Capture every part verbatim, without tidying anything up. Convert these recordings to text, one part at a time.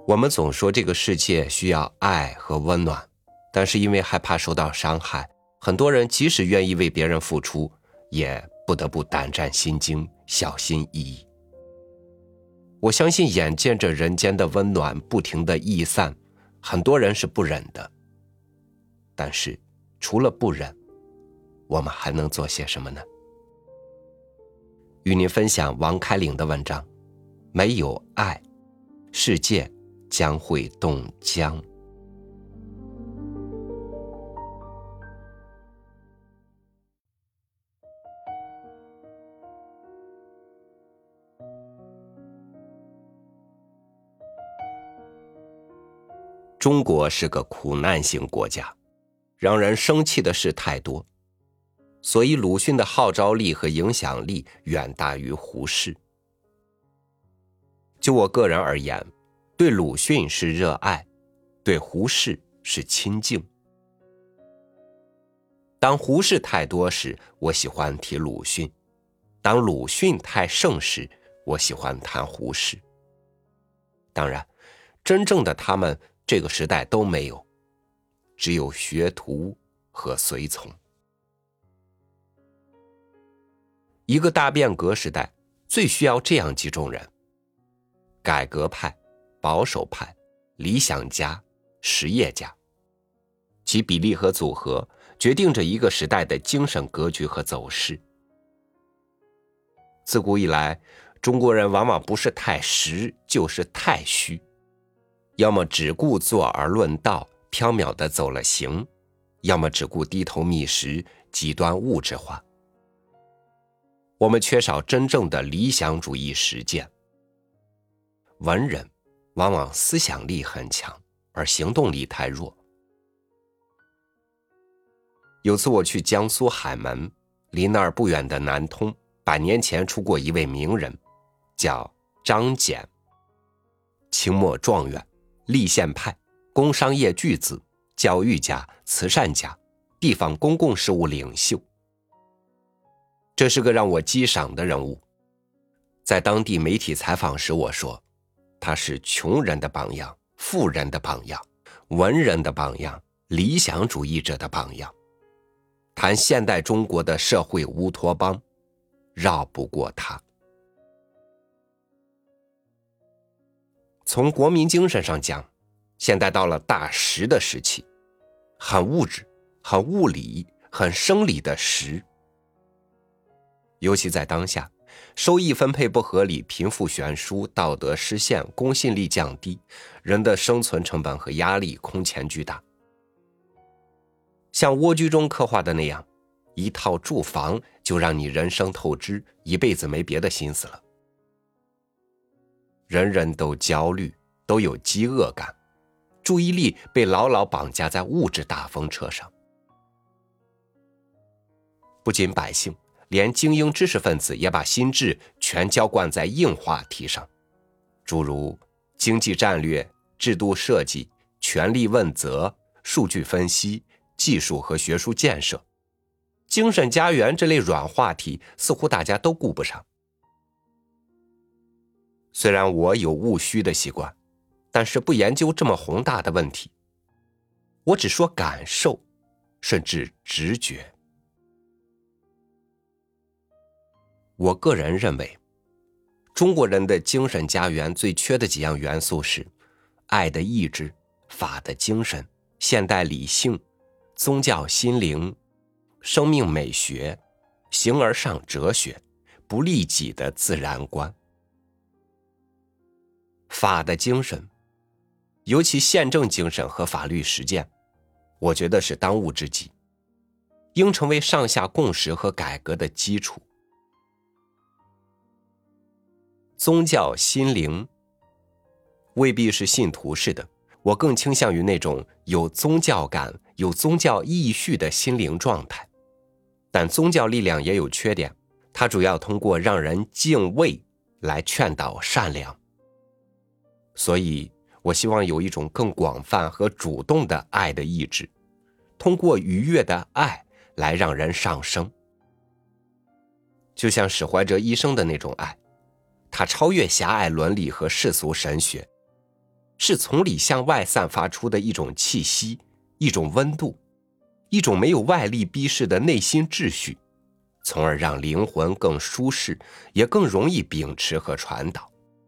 我们总说这个世界需要爱和温暖，但是因为害怕受到伤害，很多人即使愿意为别人付出，也不得不胆战心惊，小心翼翼。我相信眼见着人间的温暖不停地溢散，很多人是不忍的。但是除了不忍，我们还能做些什么呢？与您分享王开岭的文章，没有爱，世界将会冻僵。中国是个苦难型国家，让人生气的事太多，所以鲁迅的号召力和影响力远大于胡适。就我个人而言，对鲁迅是热爱，对胡适是亲近。当胡适太多时，我喜欢提鲁迅；当鲁迅太盛时，我喜欢谈胡适。当然，真正的他们这个时代都没有，只有学徒和随从。一个大变革时代最需要这样几种人：改革派、保守派、理想家、实业家。其比例和组合决定着一个时代的精神格局和走势。自古以来，中国人往往不是太实，就是太虚，要么只顾坐而论道，缥缈地走了形，要么只顾低头觅食，极端物质化。我们缺少真正的理想主义实践。文人往往思想力很强，而行动力太弱。有次我去江苏海门，离那儿不远的南通，百年前出过一位名人，叫张謇，清末状元，立宪派，工商业巨子，教育家，慈善家，地方公共事务领袖。这是个让我激赏的人物。在当地媒体采访时，我说他是穷人的榜样，富人的榜样，文人的榜样，理想主义者的榜样。谈现代中国的社会乌托邦，绕不过他。从国民精神上讲，现在到了大实的时期，很物质，很物理，很生理的实。尤其在当下，收益分配不合理，贫富悬殊，道德失陷，公信力降低，人的生存成本和压力空前巨大。像蜗居中刻画的那样，一套住房就让你人生透支，一辈子没别的心思了。人人都焦虑，都有饥饿感，注意力被牢牢绑架在物质大风车上。不仅百姓，连精英知识分子也把心智全浇灌在硬话题上，诸如经济战略、制度设计、权力问责、数据分析、技术和学术建设。精神家园这类软话题似乎大家都顾不上。虽然我有务虚的习惯，但是不研究这么宏大的问题，我只说感受，甚至直觉。我个人认为，中国人的精神家园最缺的几样元素是爱的意志、法的精神、现代理性、宗教心灵、生命美学、形而上哲学、不利己的自然观。法的精神，尤其宪政精神和法律实践，我觉得是当务之急，应成为上下共识和改革的基础。宗教心灵未必是信徒式的，我更倾向于那种有宗教感、有宗教意绪的心灵状态。但宗教力量也有缺点，它主要通过让人敬畏来劝导善良。所以我希望有一种更广泛和主动的爱的意志，通过愉悦的爱来让人上升。就像史怀哲医生的那种爱，它超越狭隘伦理和世俗神学， 是从里向外散发出的一种气息，一种温度，一种没有外力逼视的内心秩序，从而让灵魂更舒适，也更容易秉持和传导。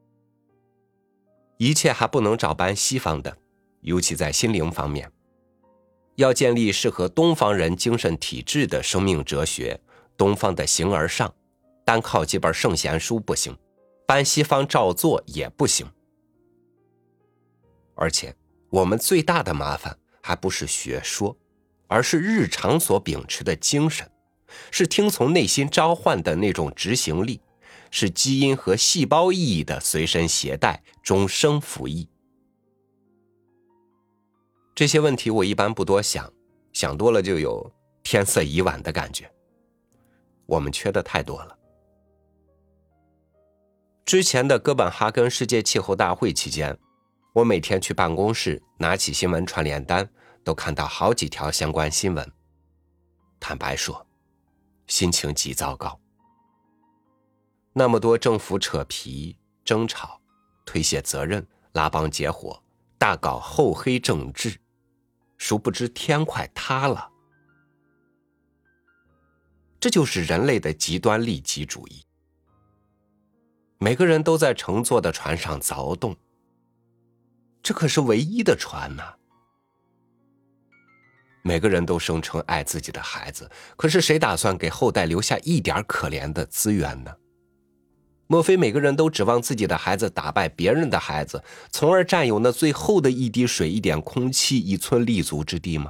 一切还不能照搬西方的，尤其在心灵方面，要建立适合东方人精神体质的生命哲学，东方的形而上，单靠几本圣贤书不行，搬西方照做也不行。而且我们最大的麻烦还不是学说，而是日常所秉持的精神，是听从内心召唤的那种执行力，是基因和细胞意义的随身携带，终生服役。这些问题我一般不多想，想多了就有天色已晚的感觉。我们缺的太多了。之前的哥本哈根世界气候大会期间，我每天去办公室拿起新闻传联单，都看到好几条相关新闻。坦白说，心情极糟糕。那么多政府扯皮、争吵、推卸责任、拉帮结伙，大搞厚黑政治，殊不知天快塌了。这就是人类的极端利己主义。每个人都在乘坐的船上凿洞，这可是唯一的船呐。每个人都声称爱自己的孩子，可是谁打算给后代留下一点可怜的资源呢？莫非每个人都指望自己的孩子打败别人的孩子，从而占有那最后的一滴水、一点空气、一寸立足之地吗？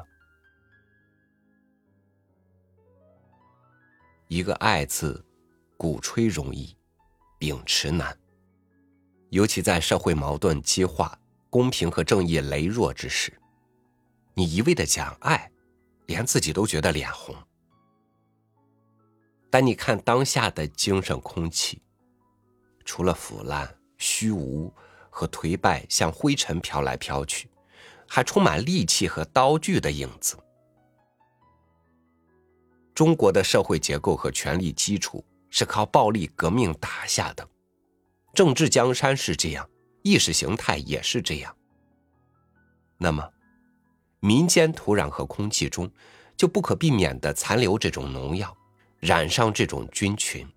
一个爱字，鼓吹容易，秉持难。尤其在社会矛盾激化、公平和正义羸弱之时，你一味地讲爱，连自己都觉得脸红。但你看当下的精神空气，除了腐烂、虚无和颓败像灰尘飘来飘去，还充满戾气和刀具的影子。中国的社会结构和权力基础是靠暴力革命打下的，政治江山是这样，意识形态也是这样。那么民间土壤和空气中就不可避免地残留这种农药，染上这种菌群。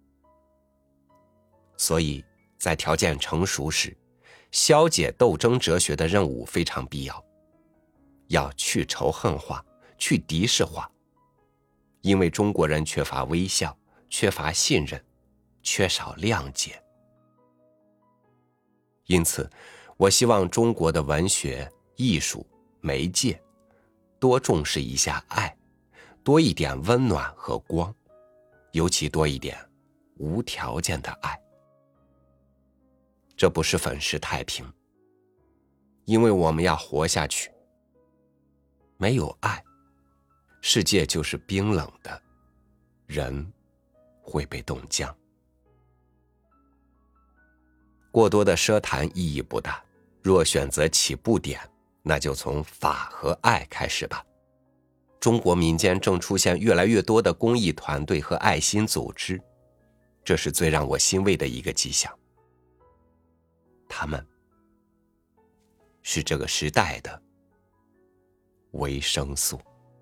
所以在条件成熟时，消解斗争哲学的任务非常必要，要去仇恨化，去敌视化。因为中国人缺乏微笑，缺乏信任，缺少谅解。因此我希望中国的文学、艺术、媒介多重视一下爱，多一点温暖和光，尤其多一点无条件的爱。这不是粉饰太平，因为我们要活下去。没有爱，世界就是冰冷的，人会被冻僵。过多的奢谈意义不大，若选择起步点，那就从法和爱开始吧。中国民间正出现越来越多的公益团队和爱心组织，这是最让我欣慰的一个迹象。他们是这个时代的维生素。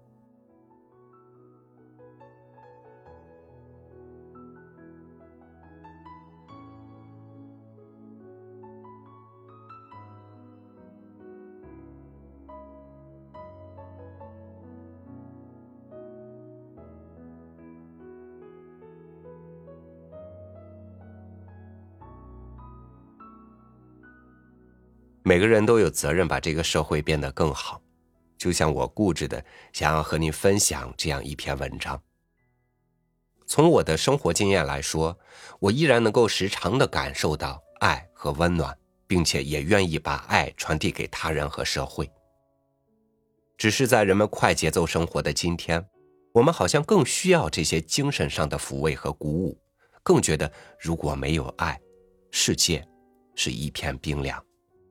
每个人都有责任把这个社会变得更好，就像我固执的想要和您分享这样一篇文章。从我的生活经验来说，我依然能够时常地感受到爱和温暖，并且也愿意把爱传递给他人和社会。只是在人们快节奏生活的今天，我们好像更需要这些精神上的抚慰和鼓舞，更觉得如果没有爱，世界是一片冰凉。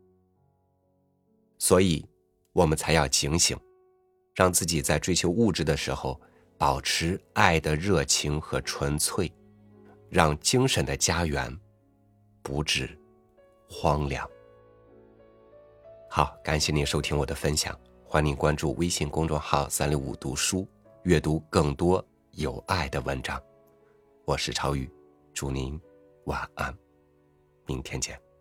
所以我们才要警醒，让自己在追求物质的时候保持爱的热情和纯粹，让精神的家园不致荒凉。 好，感谢您收听我的分享，欢迎关注微信公众号三六五读书，阅读更多有爱的文章。我是超宇，祝您晚安，明天见。